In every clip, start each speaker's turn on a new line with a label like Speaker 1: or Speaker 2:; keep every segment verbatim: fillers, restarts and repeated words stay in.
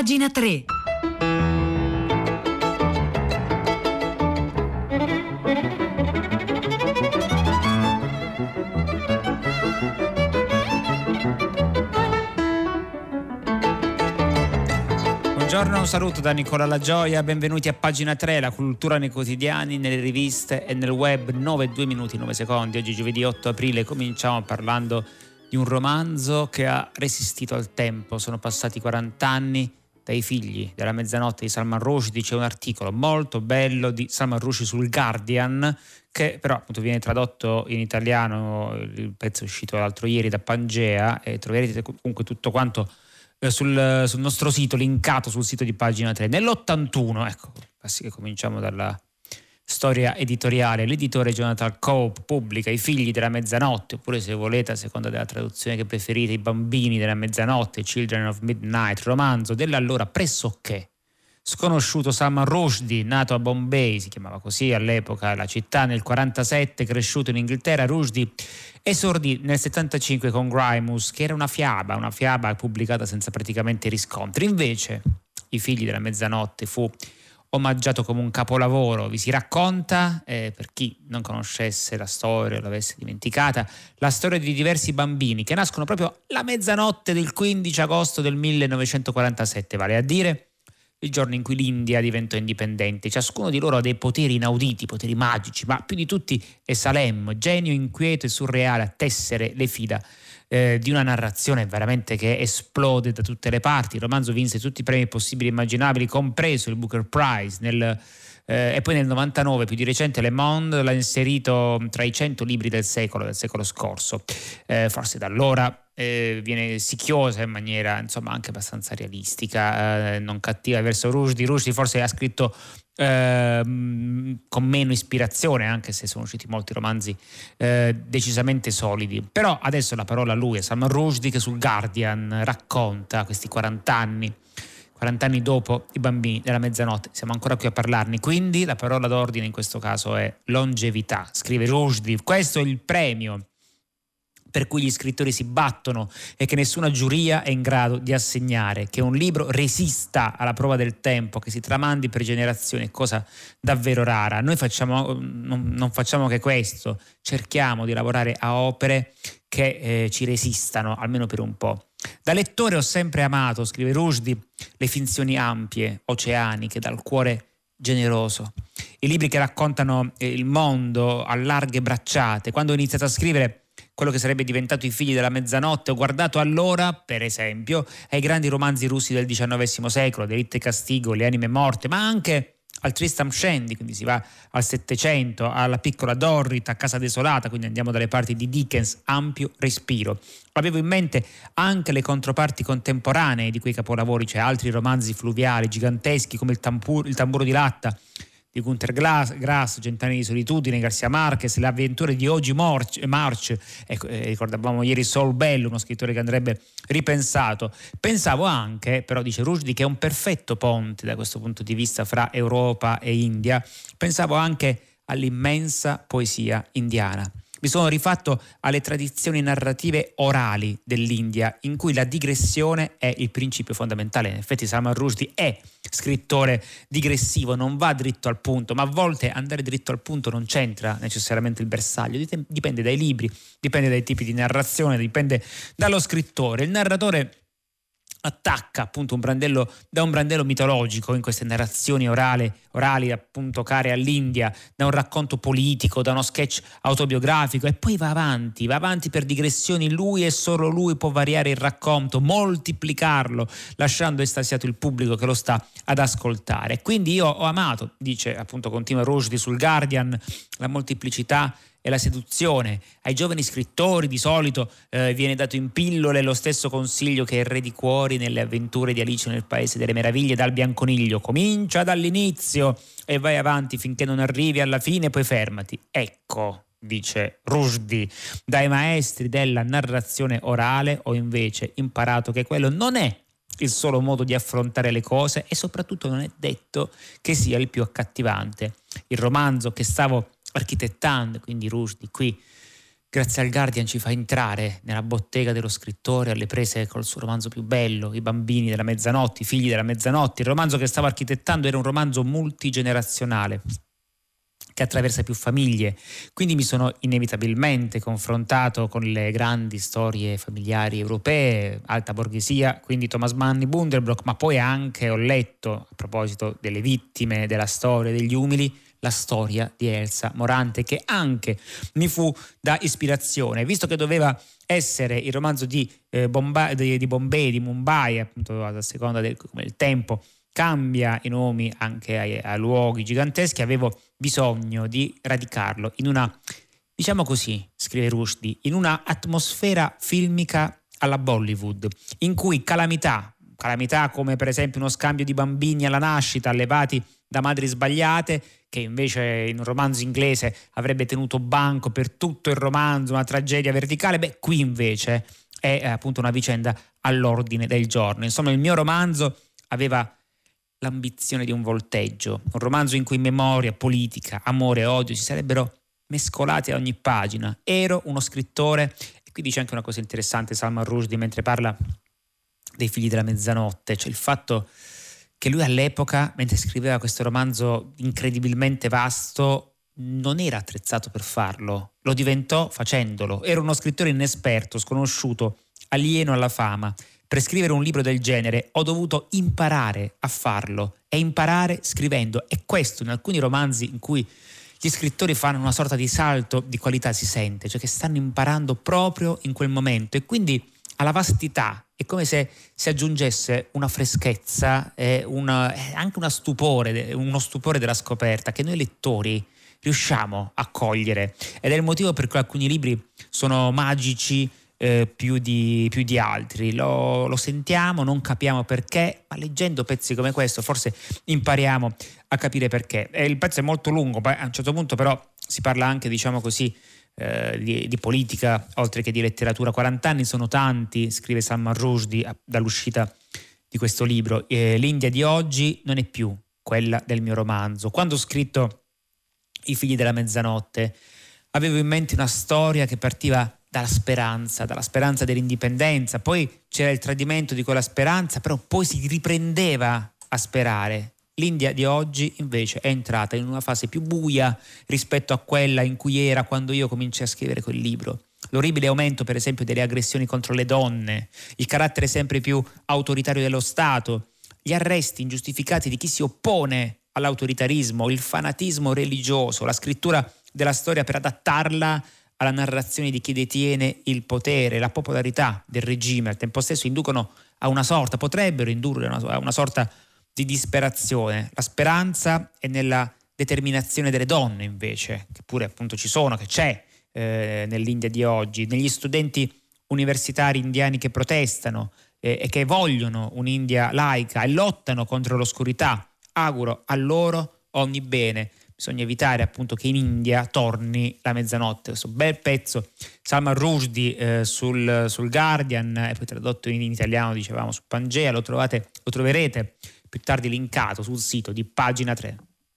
Speaker 1: Pagina tre.
Speaker 2: Buongiorno, un saluto da Nicola La Gioia, benvenuti a Pagina tre, la cultura nei quotidiani, nelle riviste e nel web. Nove e due minuti nove secondi, oggi giovedì otto aprile, cominciamo parlando di un romanzo che ha resistito al tempo. Sono passati quaranta anni dai figli della mezzanotte di Salman Rushdie. C'è un articolo molto bello di Salman Rushdie sul Guardian, che però appunto viene tradotto in italiano, il pezzo è uscito l'altro ieri da Pangea, e troverete comunque tutto quanto Sul, sul nostro sito, linkato sul sito di Pagina tre. Nell'ottantuno, ecco, sì, che cominciamo dalla storia editoriale, l'editore Jonathan Cope pubblica I figli della mezzanotte, oppure, se volete, a seconda della traduzione che preferite, I bambini della mezzanotte, Children of Midnight, romanzo dell'allora pressoché sconosciuto Salman Rushdie, nato a Bombay, si chiamava così all'epoca la città, nel quarantasette, cresciuto in Inghilterra. Rushdie esordì nel settantacinque con Grimus, che era una fiaba, una fiaba pubblicata senza praticamente riscontri. Invece I figli della mezzanotte fu omaggiato come un capolavoro. Vi si racconta, eh, per chi non conoscesse la storia o l'avesse dimenticata, la storia di diversi bambini che nascono proprio la mezzanotte del quindici agosto del millenovecentoquarantasette, vale a dire il giorno in cui l'India diventò indipendente. Ciascuno di loro ha dei poteri inauditi, poteri magici, ma più di tutti è Salem, genio inquieto e surreale a tessere le fila eh, di una narrazione veramente che esplode da tutte le parti. Il romanzo vinse tutti i premi possibili e immaginabili, compreso il Booker Prize, nel, eh, e poi nel novantanove, più di recente, Le Monde l'ha inserito tra i cento libri del secolo, del secolo scorso. Eh, forse da allora Eh, viene si chiosa in maniera, insomma, anche abbastanza realistica, eh, non cattiva verso Rushdie. Rushdie forse ha scritto eh, con meno ispirazione, anche se sono usciti molti romanzi eh, decisamente solidi. Però adesso la parola a lui, è Salman Rushdie, che sul Guardian racconta questi quaranta anni quaranta anni dopo I bambini della mezzanotte. Siamo ancora qui a parlarne, quindi la parola d'ordine in questo caso è longevità. Scrive Rushdie: questo è il premio per cui gli scrittori si battono e che nessuna giuria è in grado di assegnare. Che un libro resista alla prova del tempo, che si tramandi per generazioni, è cosa davvero rara. Noi facciamo, non, non facciamo che questo, cerchiamo di lavorare a opere che eh, ci resistano, almeno per un po'. Da lettore ho sempre amato, scrive Rushdie, le finzioni ampie, oceaniche, dal cuore generoso. I libri che raccontano eh, il mondo a larghe bracciate. Quando ho iniziato a scrivere quello che sarebbe diventato I figli della mezzanotte, ho guardato allora, per esempio, ai grandi romanzi russi del diciannovesimo secolo, Delitto e castigo, Le anime morte, ma anche al Tristram Shandy, quindi si va al Settecento, alla Piccola Dorrit, a Casa desolata, quindi andiamo dalle parti di Dickens, ampio respiro. Avevo in mente anche le controparti contemporanee di quei capolavori, cioè altri romanzi fluviali giganteschi come il, tampur, il tamburo di latta di Günter Grass, Cent'anni di solitudine, Garcia Marquez, Le avventure di Ogi March, ecco, eh, ricordavamo ieri Saul Bellow, uno scrittore che andrebbe ripensato. Pensavo anche, però dice Rushdie, che è un perfetto ponte da questo punto di vista fra Europa e India, pensavo anche all'immensa poesia indiana. Mi sono rifatto alle tradizioni narrative orali dell'India, in cui la digressione è il principio fondamentale. In effetti Salman Rushdie è scrittore digressivo, non va dritto al punto, ma a volte andare dritto al punto non c'entra necessariamente il bersaglio, dipende dai libri, dipende dai tipi di narrazione, dipende dallo scrittore. Il narratore attacca appunto un brandello da un brandello mitologico in queste narrazioni orali, orali appunto care all'India, da un racconto politico, da uno sketch autobiografico, e poi va avanti, va avanti per digressioni. Lui e solo lui può variare il racconto, moltiplicarlo, lasciando estasiato il pubblico che lo sta ad ascoltare. Quindi io ho amato, dice appunto, continua Rushdie sul Guardian, la molteplicità e la seduzione. Ai giovani scrittori di solito eh, viene dato in pillole lo stesso consiglio che il Re di Cuori nelle avventure di Alice nel Paese delle Meraviglie dal Bianconiglio: comincia dall'inizio e vai avanti finché non arrivi alla fine, poi fermati. Ecco, dice Rushdie, dai maestri della narrazione orale ho invece imparato che quello non è il solo modo di affrontare le cose, e soprattutto non è detto che sia il più accattivante. Il romanzo che stavo architettando, quindi Rushdie qui grazie al Guardian ci fa entrare nella bottega dello scrittore alle prese col suo romanzo più bello, I bambini della mezzanotte, I figli della mezzanotte. Il romanzo che stavo architettando era un romanzo multigenerazionale che attraversa più famiglie, quindi mi sono inevitabilmente confrontato con le grandi storie familiari europee, alta borghesia, quindi Thomas Mann, Bundelbrock, ma poi anche ho letto, a proposito delle vittime della storia degli umili, la storia di Elsa Morante, che anche mi fu da ispirazione, visto che doveva essere il romanzo di, eh, Bombay, di, di Bombay, di Mumbai, appunto a seconda del, come il tempo cambia i nomi anche a, a luoghi giganteschi, avevo bisogno di radicarlo in una, diciamo così, scrive Rushdie, in una atmosfera filmica alla Bollywood, in cui calamità, calamità come per esempio uno scambio di bambini alla nascita allevati da madri sbagliate, che invece in un romanzo inglese avrebbe tenuto banco per tutto il romanzo, una tragedia verticale, beh, qui invece è eh, appunto una vicenda all'ordine del giorno. Insomma, il mio romanzo aveva l'ambizione di un volteggio, un romanzo in cui memoria, politica, amore e odio si sarebbero mescolati a ogni pagina. Ero uno scrittore, e qui dice anche una cosa interessante Salman Rushdie mentre parla dei figli della mezzanotte, cioè il fatto che lui all'epoca, mentre scriveva questo romanzo incredibilmente vasto, non era attrezzato per farlo, lo diventò facendolo. Era uno scrittore inesperto, sconosciuto, alieno alla fama. Per scrivere un libro del genere ho dovuto imparare a farlo e imparare scrivendo, e questo in alcuni romanzi in cui gli scrittori fanno una sorta di salto di qualità si sente, cioè che stanno imparando proprio in quel momento, e quindi alla vastità è come se si aggiungesse una freschezza e una, anche una stupore, uno stupore della scoperta che noi lettori riusciamo a cogliere, ed è il motivo per cui alcuni libri sono magici eh, più, di, più di altri. Lo, lo sentiamo, non capiamo perché, ma leggendo pezzi come questo forse impariamo a capire perché. E il pezzo è molto lungo, a un certo punto però si parla anche, diciamo così, Eh, di, di politica oltre che di letteratura. quaranta anni sono tanti, scrive Salman Rushdie dall'uscita di questo libro. eh, l'India di oggi non è più quella del mio romanzo. Quando ho scritto I figli della mezzanotte avevo in mente una storia che partiva dalla speranza, dalla speranza dell'indipendenza, poi c'era il tradimento di quella speranza, però poi si riprendeva a sperare. L'India di oggi invece è entrata in una fase più buia rispetto a quella in cui era quando io cominciai a scrivere quel libro. L'orribile aumento, per esempio, delle aggressioni contro le donne, il carattere sempre più autoritario dello Stato, gli arresti ingiustificati di chi si oppone all'autoritarismo, il fanatismo religioso, la scrittura della storia per adattarla alla narrazione di chi detiene il potere, la popolarità del regime, al tempo stesso inducono a una sorta, potrebbero indurre a una sorta di disperazione. La speranza è nella determinazione delle donne, invece, che pure appunto ci sono, che c'è eh, nell'India di oggi, negli studenti universitari indiani che protestano eh, e che vogliono un'India laica e lottano contro l'oscurità. Auguro a loro ogni bene. Bisogna evitare appunto che in India torni la mezzanotte. Questo bel pezzo Salman Rushdie eh, sul, sul Guardian, e poi tradotto in, in italiano, dicevamo, su Pangea. Lo trovate, lo troverete più tardi linkato sul sito di Pagina tre.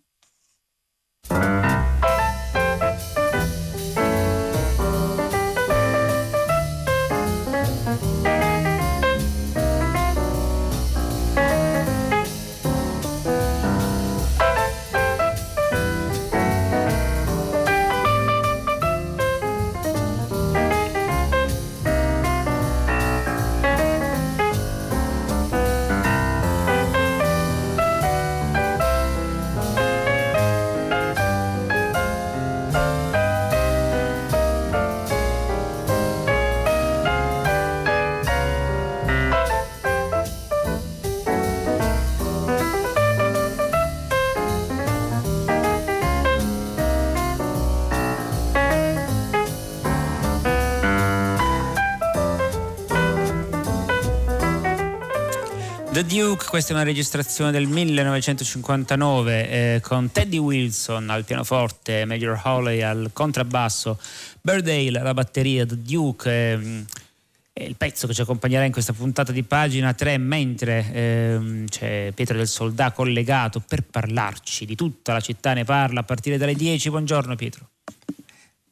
Speaker 2: The Duke, questa è una registrazione del millenovecentocinquantanove eh, con Teddy Wilson al pianoforte, Major Hawley al contrabbasso, Burdale alla batteria. The Duke eh, è il pezzo che ci accompagnerà in questa puntata di Pagina tre, mentre eh, c'è Pietro del Soldà collegato per parlarci di Tutta la città ne parla a partire dalle dieci. Buongiorno Pietro.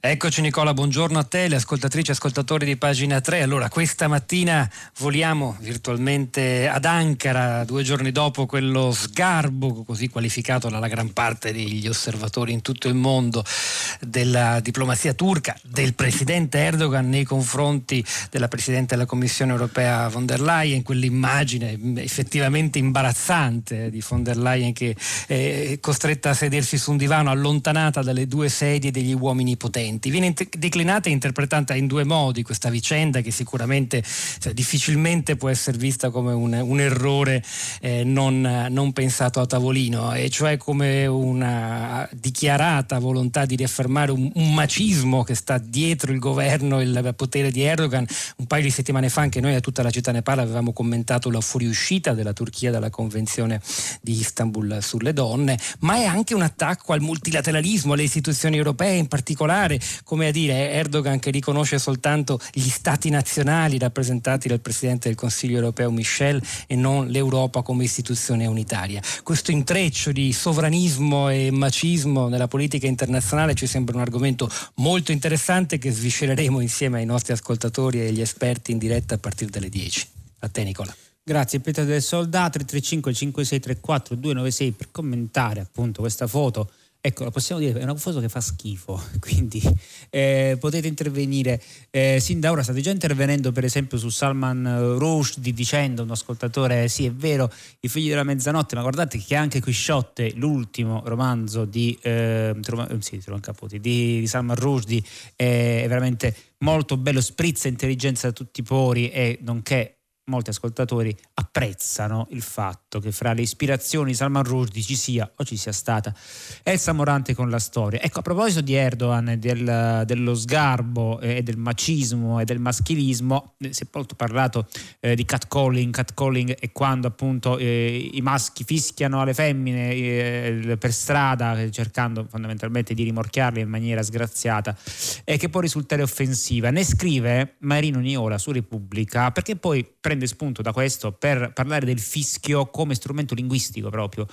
Speaker 1: Eccoci Nicola, buongiorno a te, le ascoltatrici e ascoltatori di Pagina tre. Allora, questa mattina voliamo virtualmente ad Ankara, due giorni dopo quello sgarbo, così qualificato dalla gran parte degli osservatori in tutto il mondo, della diplomazia turca, del presidente Erdogan nei confronti della presidente della Commissione europea von der Leyen, quell'immagine effettivamente imbarazzante di von der Leyen che è costretta a sedersi su un divano allontanata dalle due sedie degli uomini potenti. Viene declinata e interpretata in due modi questa vicenda, che sicuramente cioè, difficilmente può essere vista come un, un errore eh, non, non pensato a tavolino, e cioè come una dichiarata volontà di riaffermare un, un macismo che sta dietro il governo e il potere di Erdogan. Un paio di settimane fa anche noi a Tutta la città ne parla avevamo commentato la fuoriuscita della Turchia dalla Convenzione di Istanbul sulle donne, ma è anche un attacco al multilateralismo, alle istituzioni europee in particolare, come a dire Erdogan che riconosce soltanto gli stati nazionali rappresentati dal Presidente del Consiglio europeo Michel e non l'Europa come istituzione unitaria. Questo intreccio di sovranismo e macismo nella politica internazionale ci sembra un argomento molto interessante che sviscereremo insieme ai nostri ascoltatori e agli esperti in diretta a partire dalle dieci. A te Nicola.
Speaker 2: Grazie Pietro del Soldato, tre tre cinque cinque sei tre quattro due nove sei per commentare appunto questa foto. Ecco, la possiamo dire, è una foto che fa schifo, quindi eh, potete intervenire eh, sin da ora. State già intervenendo per esempio su Salman Rushdie dicendo, un ascoltatore, sì è vero, I figli della mezzanotte, ma guardate che anche Quixote, l'ultimo romanzo di, eh, sì, Caputi, di, di Salman Rushdie, è veramente molto bello, sprizza intelligenza da tutti i pori, e nonché molti ascoltatori apprezzano il fatto che fra le ispirazioni di Salman Rushdie ci sia o ci sia stata Elsa Morante con la storia. Ecco, a proposito di Erdogan e del, dello sgarbo e del macismo e del maschilismo, si è molto parlato eh, di catcalling. Catcalling è quando appunto eh, i maschi fischiano alle femmine eh, per strada cercando fondamentalmente di rimorchiarle in maniera sgraziata, e che può risultare offensiva. Ne scrive Marino Niola su Repubblica, perché poi prende spunto da questo per parlare del fischio come strumento linguistico proprio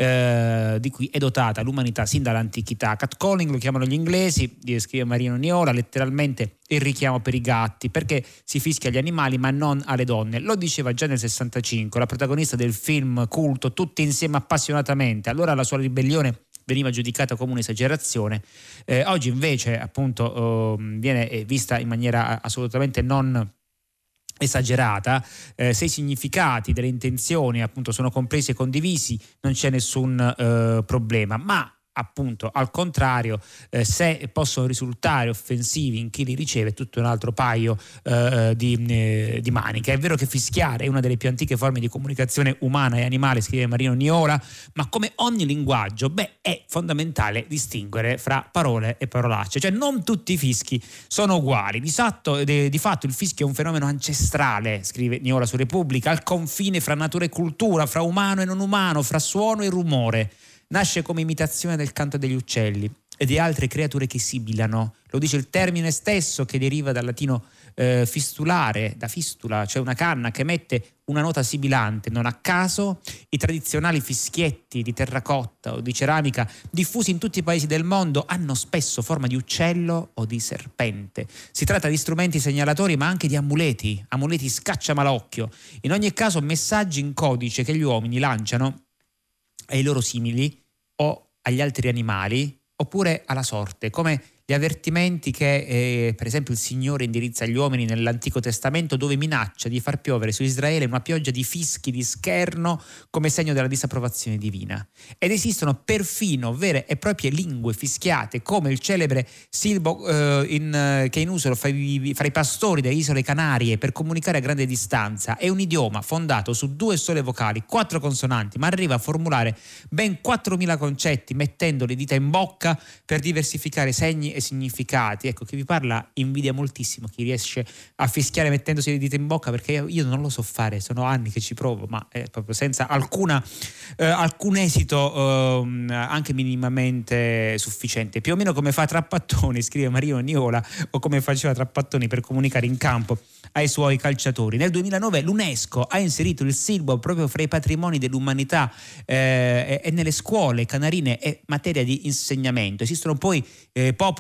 Speaker 2: eh, di cui è dotata l'umanità sin dall'antichità. Catcalling lo chiamano gli inglesi, scrive Marino Niola, letteralmente il richiamo per i gatti, perché si fischia agli animali ma non alle donne. Lo diceva già nel sessantacinque la protagonista del film culto Tutti insieme appassionatamente. Allora la sua ribellione veniva giudicata come un'esagerazione, eh, oggi invece appunto eh, viene vista in maniera assolutamente non esagerata. Eh, se i significati delle intenzioni appunto sono compresi e condivisi non c'è nessun eh, problema, ma appunto al contrario eh, se possono risultare offensivi in chi li riceve è tutto un altro paio eh, di, eh, di maniche. È vero che fischiare è una delle più antiche forme di comunicazione umana e animale, scrive Marino Niola, ma come ogni linguaggio beh è fondamentale distinguere fra parole e parolacce, cioè non tutti i fischi sono uguali. Di fatto, de, di fatto il fischio è un fenomeno ancestrale, scrive Niola su Repubblica, al confine fra natura e cultura, fra umano e non umano, fra suono e rumore. Nasce come imitazione del canto degli uccelli e di altre creature che sibilano. Lo dice il termine stesso, che deriva dal latino eh, fistulare, da fistula, cioè una canna che emette una nota sibilante. Non a caso i tradizionali fischietti di terracotta o di ceramica diffusi in tutti i paesi del mondo hanno spesso forma di uccello o di serpente. Si tratta di strumenti segnalatori ma anche di amuleti, amuleti scacciamalocchio. In ogni caso messaggi in codice che gli uomini lanciano ai loro simili o agli altri animali oppure alla sorte, come gli avvertimenti che eh, per esempio il Signore indirizza agli uomini nell'Antico Testamento, dove minaccia di far piovere su Israele una pioggia di fischi di scherno come segno della disapprovazione divina. Ed esistono perfino vere e proprie lingue fischiate, come il celebre silbo eh, in, eh, che è in uso fra i, fra i pastori delle isole Canarie per comunicare a grande distanza. È un idioma fondato su due sole vocali, quattro consonanti, ma arriva a formulare ben quattromila concetti mettendo le dita in bocca per diversificare segni e significati. Ecco, chi vi parla invidia moltissimo chi riesce a fischiare mettendosi le dita in bocca, perché io, io non lo so fare, sono anni che ci provo, ma è proprio senza alcuna, eh, alcun esito eh, anche minimamente sufficiente, più o meno come fa Trappattoni, scrive Marino Niola, o come faceva Trappattoni per comunicare in campo ai suoi calciatori. Nel duemilanove l'UNESCO ha inserito il silbo proprio fra i patrimoni dell'umanità eh, e, e nelle scuole canarine è materia di insegnamento. Esistono poi eh, popoli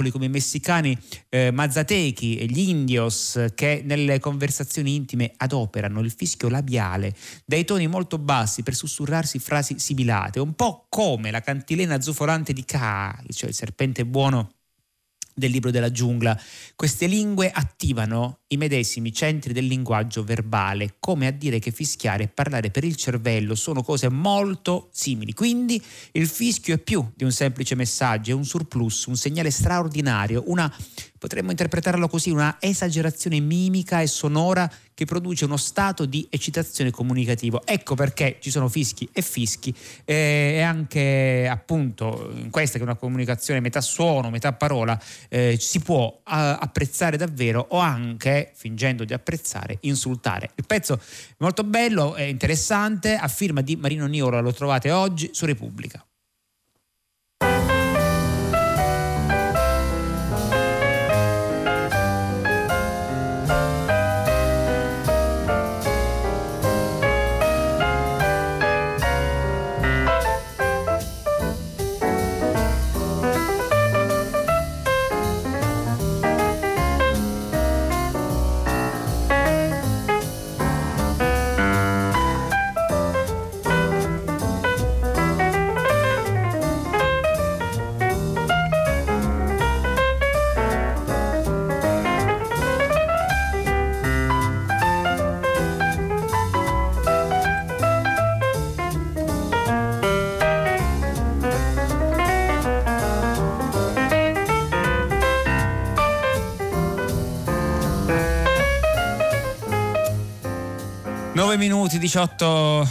Speaker 2: popoli come i messicani eh, mazzatechi e gli indios, che nelle conversazioni intime adoperano il fischio labiale dai toni molto bassi per sussurrarsi frasi sibilate, un po' come la cantilena zufolante di Kaa, cioè il serpente buono del libro della giungla. Queste lingue attivano i medesimi centri del linguaggio verbale, come a dire che fischiare e parlare per il cervello sono cose molto simili. Quindi il fischio è più di un semplice messaggio, è un surplus, un segnale straordinario, una, potremmo interpretarlo così, una esagerazione mimica e sonora che produce uno stato di eccitazione comunicativo. Ecco perché ci sono fischi e fischi eh, e anche appunto in questa che è una comunicazione metà suono, metà parola, eh, si può a, apprezzare davvero o anche, fingendo di apprezzare, insultare. Il pezzo è molto bello, è interessante, a firma di Marino Nicola, lo trovate oggi su Repubblica. nove minuti diciotto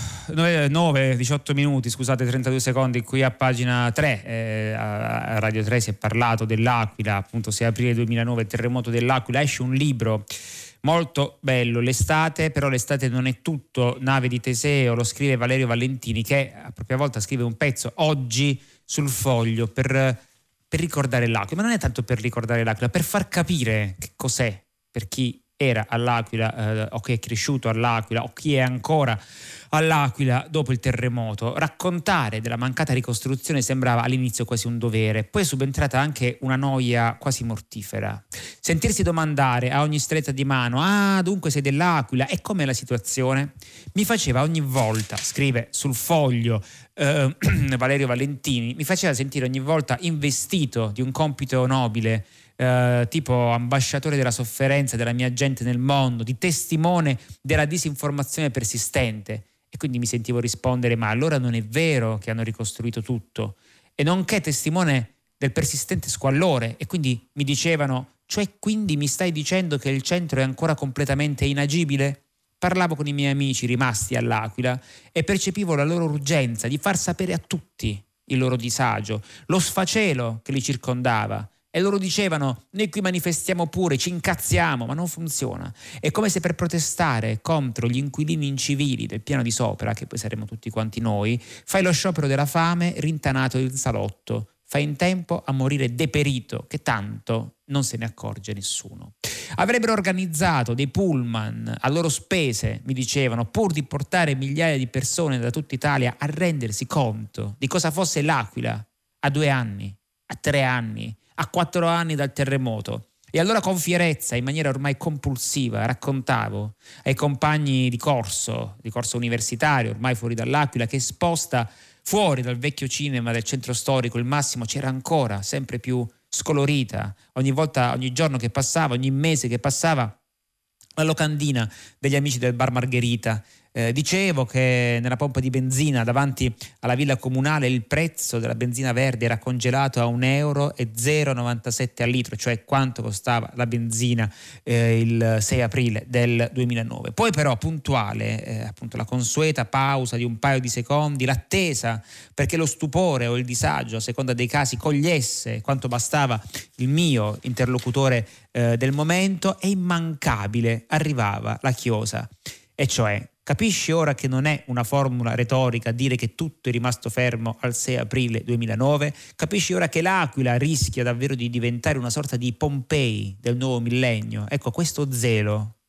Speaker 2: nove diciotto minuti, scusate, trentadue secondi qui a pagina tre. Eh, a Radio tre si è parlato dell'Aquila, appunto sei aprile duemilanove, terremoto dell'Aquila. Esce un libro molto bello, l'estate, però l'estate non è tutto nave di Teseo, lo scrive Valerio Valentini, che a propria volta scrive un pezzo oggi sul Foglio per, per ricordare l'Aquila, ma non è tanto per ricordare l'Aquila, per far capire che cos'è per chi era all'Aquila eh, o che è cresciuto all'Aquila o chi è ancora all'Aquila dopo il terremoto. Raccontare della mancata ricostruzione sembrava all'inizio quasi un dovere, poi è subentrata anche una noia quasi mortifera. Sentirsi domandare a ogni stretta di mano: ah, dunque sei dell'Aquila, e com'è la situazione? Mi faceva ogni volta, scrive sul Foglio eh, Valerio Valentini, mi faceva sentire ogni volta investito di un compito nobile, Uh, tipo ambasciatore della sofferenza della mia gente nel mondo, di testimone della disinformazione persistente, e quindi mi sentivo rispondere: ma allora non è vero che hanno ricostruito tutto, e nonché testimone del persistente squallore. E quindi mi dicevano: cioè quindi mi stai dicendo che il centro è ancora completamente inagibile? Parlavo con i miei amici rimasti all'Aquila e percepivo la loro urgenza di far sapere a tutti il loro disagio, lo sfacelo che li circondava. E loro dicevano: noi qui manifestiamo pure, ci incazziamo, ma non funziona. È come se per protestare contro gli inquilini incivili del piano di sopra, che poi saremo tutti quanti noi, fai lo sciopero della fame rintanato in salotto, fai in tempo a morire deperito, che tanto non se ne accorge nessuno. Avrebbero organizzato dei pullman a loro spese, mi dicevano, pur di portare migliaia di persone da tutta Italia a rendersi conto di cosa fosse l'Aquila a due anni, a tre anni, a quattro anni dal terremoto. E allora con fierezza, in maniera ormai compulsiva, raccontavo ai compagni di corso, di corso universitario, ormai fuori dall'Aquila, che sposta fuori dal vecchio cinema del centro storico il Massimo c'era ancora, sempre più scolorita, ogni volta, ogni giorno che passava, ogni mese che passava, la locandina degli amici del bar Margherita. Eh, dicevo che nella pompa di benzina davanti alla villa comunale il prezzo della benzina verde era congelato a un euro e zero virgola novantasette al litro, cioè quanto costava la benzina eh, il sei aprile del duemilanove. Poi però puntuale, eh, appunto la consueta pausa di un paio di secondi, l'attesa perché lo stupore o il disagio, a seconda dei casi, cogliesse quanto bastava il mio interlocutore eh, del momento, e immancabile arrivava la chiosa, e cioè: capisci ora che non è una formula retorica dire che tutto è rimasto fermo al sei aprile duemilanove? Capisci ora che l'Aquila rischia davvero di diventare una sorta di Pompei del nuovo millennio? Ecco, questo zelo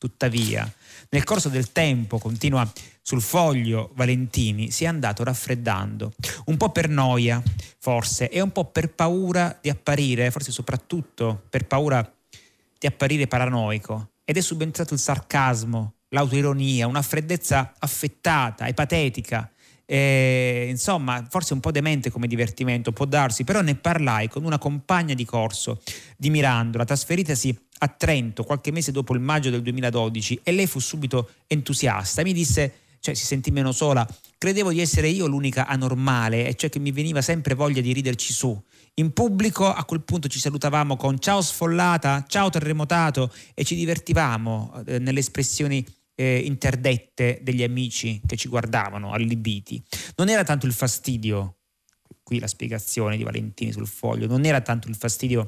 Speaker 2: Tuttavia, nel corso del tempo, continua sul foglio Valentini, si è andato raffreddando, un po' per noia forse e un po' per paura di apparire, forse soprattutto per paura di apparire paranoico, ed è subentrato il sarcasmo, l'autoironia, una freddezza affettata e patetica. E, insomma, forse un po' demente come divertimento, può darsi, però ne parlai con una compagna di corso di Mirandola, trasferitasi a Trento qualche mese dopo il maggio del duemiladodici, e lei fu subito entusiasta. Mi disse, cioè si sentì meno sola: credevo di essere io l'unica anormale, e cioè che mi veniva sempre voglia di riderci su. In pubblico a quel punto ci salutavamo con ciao sfollata, ciao terremotato, e ci divertivamo eh, nelle espressioni Eh, interdette degli amici che ci guardavano allibiti. Non era tanto il fastidio, qui la spiegazione di Valentini sul foglio, non era tanto il fastidio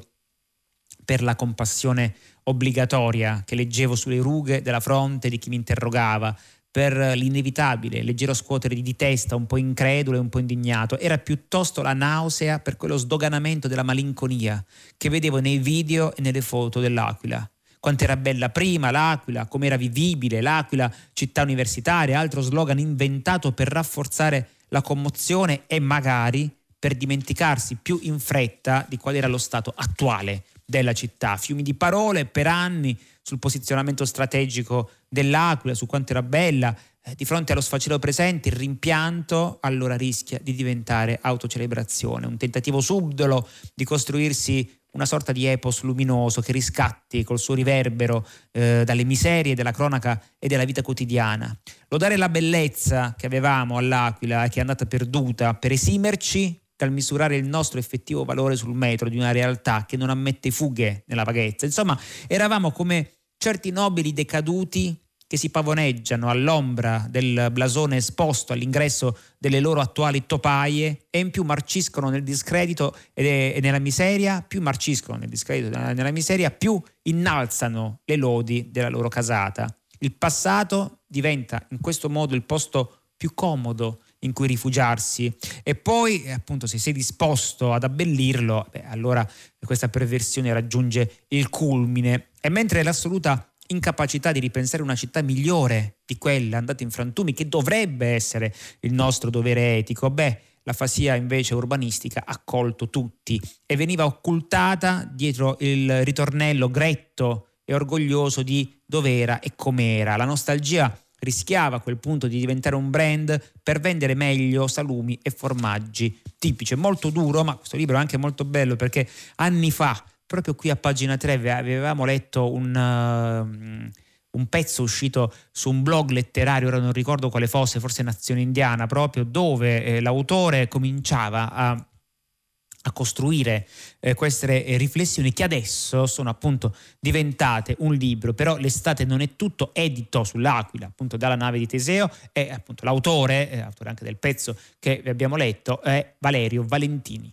Speaker 2: per la compassione obbligatoria che leggevo sulle rughe della fronte di chi mi interrogava, per l'inevitabile leggero scuotere di testa un po' incredulo e un po' indignato. Era piuttosto la nausea per quello sdoganamento della malinconia che vedevo nei video e nelle foto dell'Aquila. Quanto era bella prima l'Aquila, come era vivibile l'Aquila, città universitaria, altro slogan inventato per rafforzare la commozione e magari per dimenticarsi più in fretta di qual era lo stato attuale della città. Fiumi di parole per anni sul posizionamento strategico dell'Aquila, su quanto era bella. Eh, di fronte allo sfacelo presente, il rimpianto allora rischia di diventare autocelebrazione, un tentativo subdolo di costruirsi una sorta di epos luminoso che riscatti col suo riverbero eh, dalle miserie della cronaca e della vita quotidiana. Lodare la bellezza che avevamo all'Aquila e che è andata perduta per esimerci dal misurare il nostro effettivo valore sul metro di una realtà che non ammette fughe nella vaghezza. Insomma, eravamo come certi nobili decaduti che si pavoneggiano all'ombra del blasone esposto all'ingresso delle loro attuali topaie e in più marciscono nel discredito e nella miseria, più marciscono nel discredito e nella miseria, più innalzano le lodi della loro casata. Il passato diventa in questo modo il posto più comodo in cui rifugiarsi, e poi appunto se sei disposto ad abbellirlo, beh, allora questa perversione raggiunge il culmine. E mentre l'assoluta incapacità di ripensare una città migliore di quella andata in frantumi, che dovrebbe essere il nostro dovere etico, beh, l'afasia invece urbanistica ha colto tutti e veniva occultata dietro il ritornello gretto e orgoglioso di dov'era e com'era. La nostalgia rischiava a quel punto di diventare un brand per vendere meglio salumi e formaggi tipici. È molto duro, ma questo libro è anche molto bello, perché anni fa, proprio qui a pagina tre, avevamo letto un, uh, un pezzo uscito su un blog letterario, ora non ricordo quale fosse, forse Nazione Indiana, proprio dove eh, l'autore cominciava a, a costruire eh, queste eh, riflessioni che adesso sono appunto diventate un libro. Però l'estate non è tutto, edito sull'Aquila, appunto dalla nave di Teseo, e appunto l'autore, eh, autore anche del pezzo che vi abbiamo letto, è Valerio Valentini.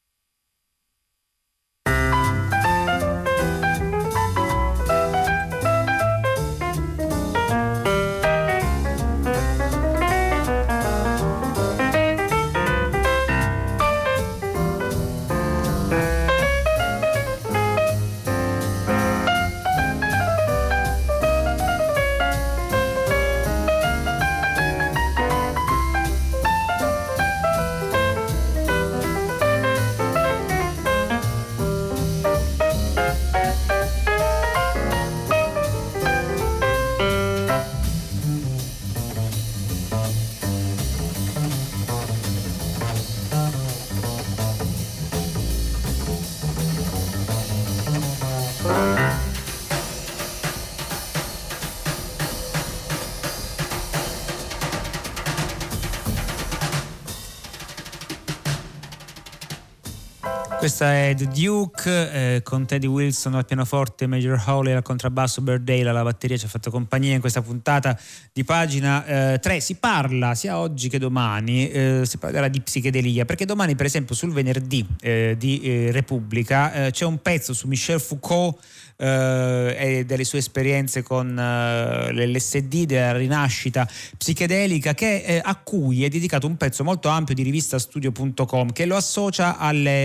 Speaker 2: Questa è The Duke, eh, con Teddy Wilson al pianoforte, Major Hawley al contrabbasso, Burdale alla batteria. Ci ha fatto compagnia in questa puntata di pagina eh, tre. Si parla sia oggi che domani, eh, si parlerà di psichedelia, perché domani per esempio sul venerdì eh, di eh, Repubblica eh, c'è un pezzo su Michel Foucault eh, e delle sue esperienze con eh, l'L S D, della rinascita psichedelica, che, eh, a cui è dedicato un pezzo molto ampio di rivista studio punto com, che lo associa alle, alle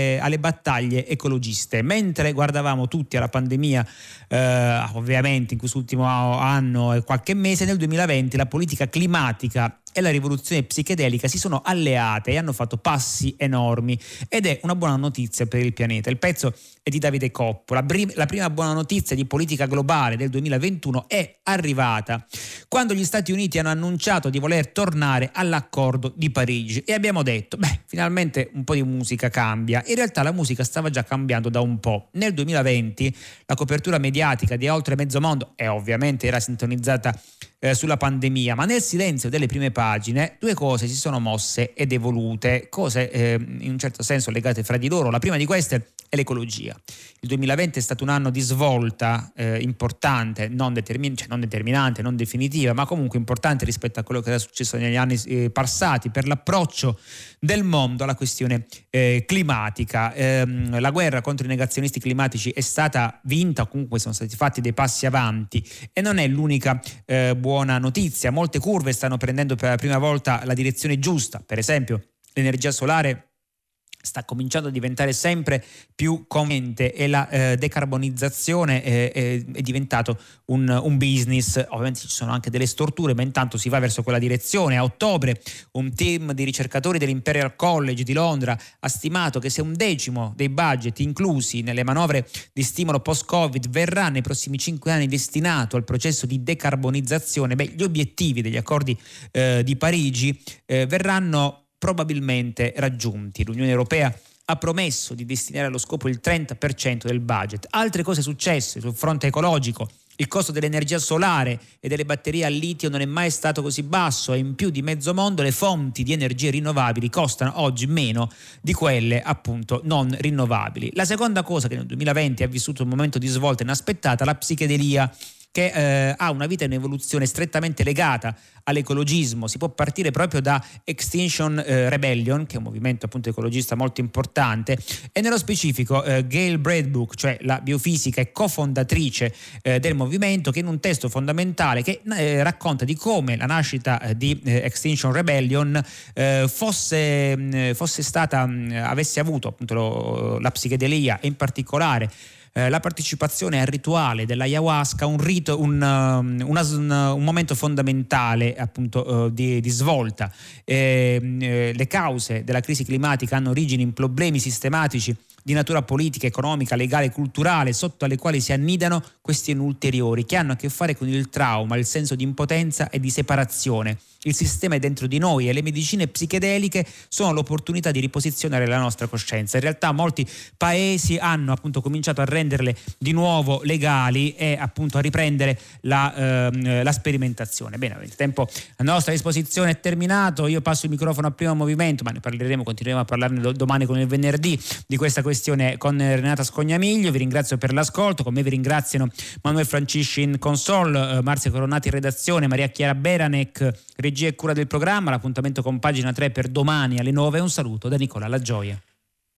Speaker 2: battaglie ecologiste. Mentre guardavamo tutti alla pandemia, eh, ovviamente in quest'ultimo anno e qualche mese, nel duemilaventi la politica climatica e la rivoluzione psichedelica si sono alleate e hanno fatto passi enormi, ed è una buona notizia per il pianeta. Il pezzo è di Davide Coppo. La, bri- la prima buona notizia di politica globale del duemilaventuno è arrivata quando gli Stati Uniti hanno annunciato di voler tornare all'accordo di Parigi, e abbiamo detto, beh, finalmente un po' di musica cambia. In realtà la musica stava già cambiando da un po'. Nel duemilaventi la copertura mediatica di oltre mezzo mondo, e ovviamente era sintonizzata eh, sulla pandemia, ma nel silenzio delle prime pagine due cose si sono mosse ed evolute, cose eh, in un certo senso legate fra di loro. La prima di queste è l'ecologia. Il duemilaventi è stato un anno di svolta eh, importante, non, determin- cioè non determinante, non definitiva, ma comunque importante rispetto a quello che era successo negli anni eh, passati per l'approccio del mondo alla questione eh, climatica. Ehm, la guerra contro i negazionisti climatici è stata vinta, o comunque sono stati fatti dei passi avanti, e non è l'unica eh, buona notizia. Molte curve stanno prendendo per la prima volta la direzione giusta. Per esempio, l'energia solare sta cominciando a diventare sempre più conveniente e la eh, decarbonizzazione è, è, è diventato un, un business. Ovviamente ci sono anche delle storture, ma intanto si va verso quella direzione. A ottobre un team di ricercatori dell'Imperial College di Londra ha stimato che se un decimo dei budget inclusi nelle manovre di stimolo post-Covid verrà nei prossimi cinque anni destinato al processo di decarbonizzazione, beh, gli obiettivi degli accordi eh, di Parigi eh, verranno probabilmente raggiunti. L'Unione Europea ha promesso di destinare allo scopo il trenta per cento del budget. Altre cose successe sul fronte ecologico. Il costo dell'energia solare e delle batterie al litio non è mai stato così basso, e in più di mezzo mondo le fonti di energie rinnovabili costano oggi meno di quelle appunto non rinnovabili. La seconda cosa che nel duemilaventi ha vissuto un momento di svolta inaspettata, la psichedelia, che eh, ha una vita in evoluzione strettamente legata all'ecologismo. Si può partire proprio da Extinction eh, Rebellion, che è un movimento appunto ecologista molto importante, e nello specifico eh, Gail Bradbrook, cioè la biofisica e cofondatrice eh, del movimento, che in un testo fondamentale che eh, racconta di come la nascita eh, di eh, Extinction Rebellion eh, fosse, mh, fosse stata, mh, avesse avuto appunto lo, la psichedelia, e in particolare Eh, la partecipazione al rituale dell'ayahuasca, un rito, un, um, una, un, un momento fondamentale appunto uh, di, di svolta. Eh, eh, le cause della crisi climatica hanno origini in problemi sistematici di natura politica, economica, legale, culturale, sotto alle quali si annidano questioni ulteriori che hanno a che fare con il trauma, il senso di impotenza e di separazione. Il sistema è dentro di noi e le medicine psichedeliche sono l'opportunità di riposizionare la nostra coscienza. In realtà molti paesi hanno appunto cominciato a renderle di nuovo legali e appunto a riprendere la, ehm, la sperimentazione. Bene, il tempo a nostra disposizione è terminato. Io passo il microfono al Primo Movimento, ma ne parleremo, continueremo a parlarne do- domani con il venerdì di questa questione con Renata Scognamiglio. Vi ringrazio per l'ascolto. Con me vi ringraziano Manuel Francisci in console, eh, Marzia Coronati in redazione, Maria Chiara Beranec, regia e cura del programma. L'appuntamento con Pagina tre per domani alle nove. Un saluto da Nicola Lagioia.